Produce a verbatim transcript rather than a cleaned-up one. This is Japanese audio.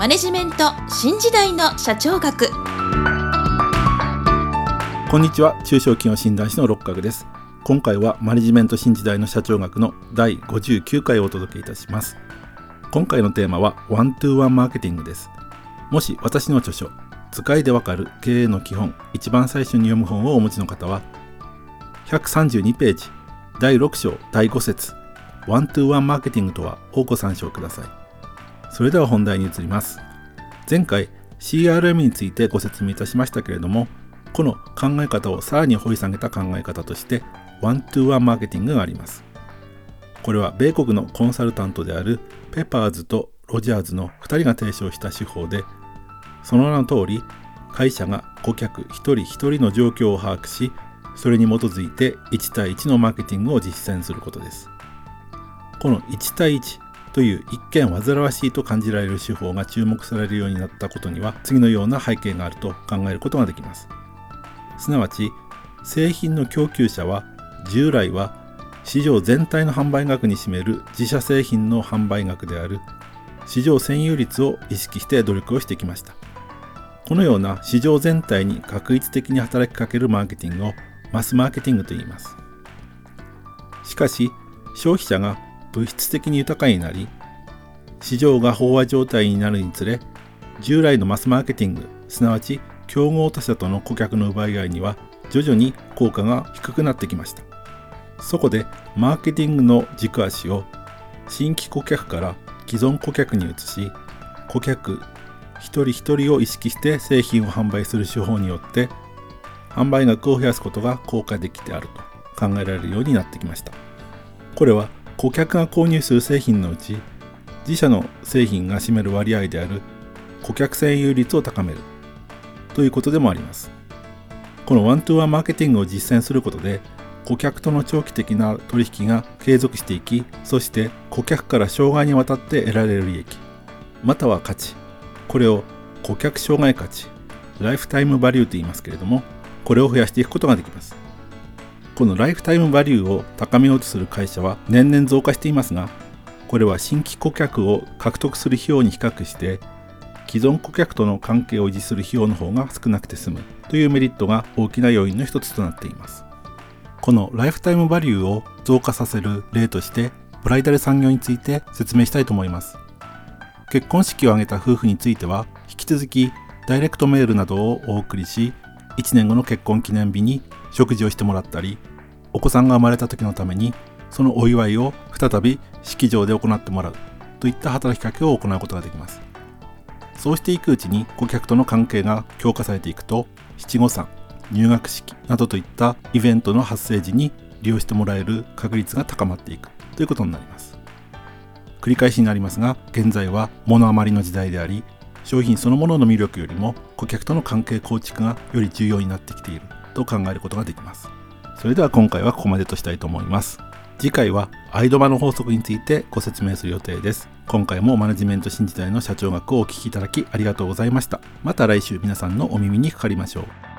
マネジメント新時代の社長学。 こんにちは、中小企業診断士の六角です。今回はマネジメント新時代の社長学のだいごじゅうきゅうかいをお届けいたします。今回のテーマはワントゥーワンマーケティングです。もし私の著書使いでわかる経営の基本、一番最初に読む本をお持ちの方はひゃくさんじゅうにページだいろく章だいご節ワントゥーワンマーケティングとはをご参照ください。それでは本題に移ります。前回 シーアールエム についてご説明いたしましたけれども、この考え方をさらに掘り下げた考え方としてワントゥーワンマーケティングがあります。これは米国のコンサルタントであるペパーズとロジャーズのふたりが提唱した手法で、その名の通り会社が顧客一人一人の状況を把握し、それに基づいていち対いちのマーケティングを実践することです。このいち対いちという一見煩わしいと感じられる手法が注目されるようになったことには次のような背景があると考えることができます。すなわち製品の供給者は従来は市場全体の販売額に占める自社製品の販売額である市場占有率を意識して努力をしてきました。このような市場全体に確一的に働きかけるマーケティングをマスマーケティングと言います。しかし消費者が物質的に豊かになり、市場が飽和状態になるにつれ、従来のマスマーケティング、すなわち競合他社との顧客の奪い合いには徐々に効果が低くなってきました。そこでマーケティングの軸足を新規顧客から既存顧客に移し、顧客一人一人を意識して製品を販売する手法によって販売額を増やすことが効果的であると考えられるようになってきました。これは顧客が購入する製品のうち自社の製品が占める割合である顧客占有率を高めるということでもあります。このワントゥーワンマーケティングを実践することで顧客との長期的な取引が継続していき、そして顧客から生涯にわたって得られる利益、または価値、これを顧客生涯価値、ライフタイムバリューと言いますけれども、これを増やしていくことができます。このライフタイムバリューを高めようとする会社は年々増加していますが、これは新規顧客を獲得する費用に比較して既存顧客との関係を維持する費用の方が少なくて済むというメリットが大きな要因の一つとなっています。このライフタイムバリューを増加させる例としてブライダル産業について説明したいと思います。結婚式を挙げた夫婦については引き続きダイレクトメールなどをお送りし、いちねんごの結婚記念日に食事をしてもらったり、お子さんが生まれた時のためにそのお祝いを再び式場で行ってもらうといった働きかけを行うことができます。そうしていくうちに顧客との関係が強化されていくと、七五三、入学式などといったイベントの発生時に利用してもらえる確率が高まっていくということになります。繰り返しになりますが、現在は物余りの時代であり、商品そのものの魅力よりも顧客との関係構築がより重要になってきていると考えることができます。それでは今回はここまでとしたいと思います。次回はアイドマの法則についてご説明する予定です。今回もマネジメント新時代の社長学をお聞きいただきありがとうございました。また来週皆さんのお耳にかかりましょう。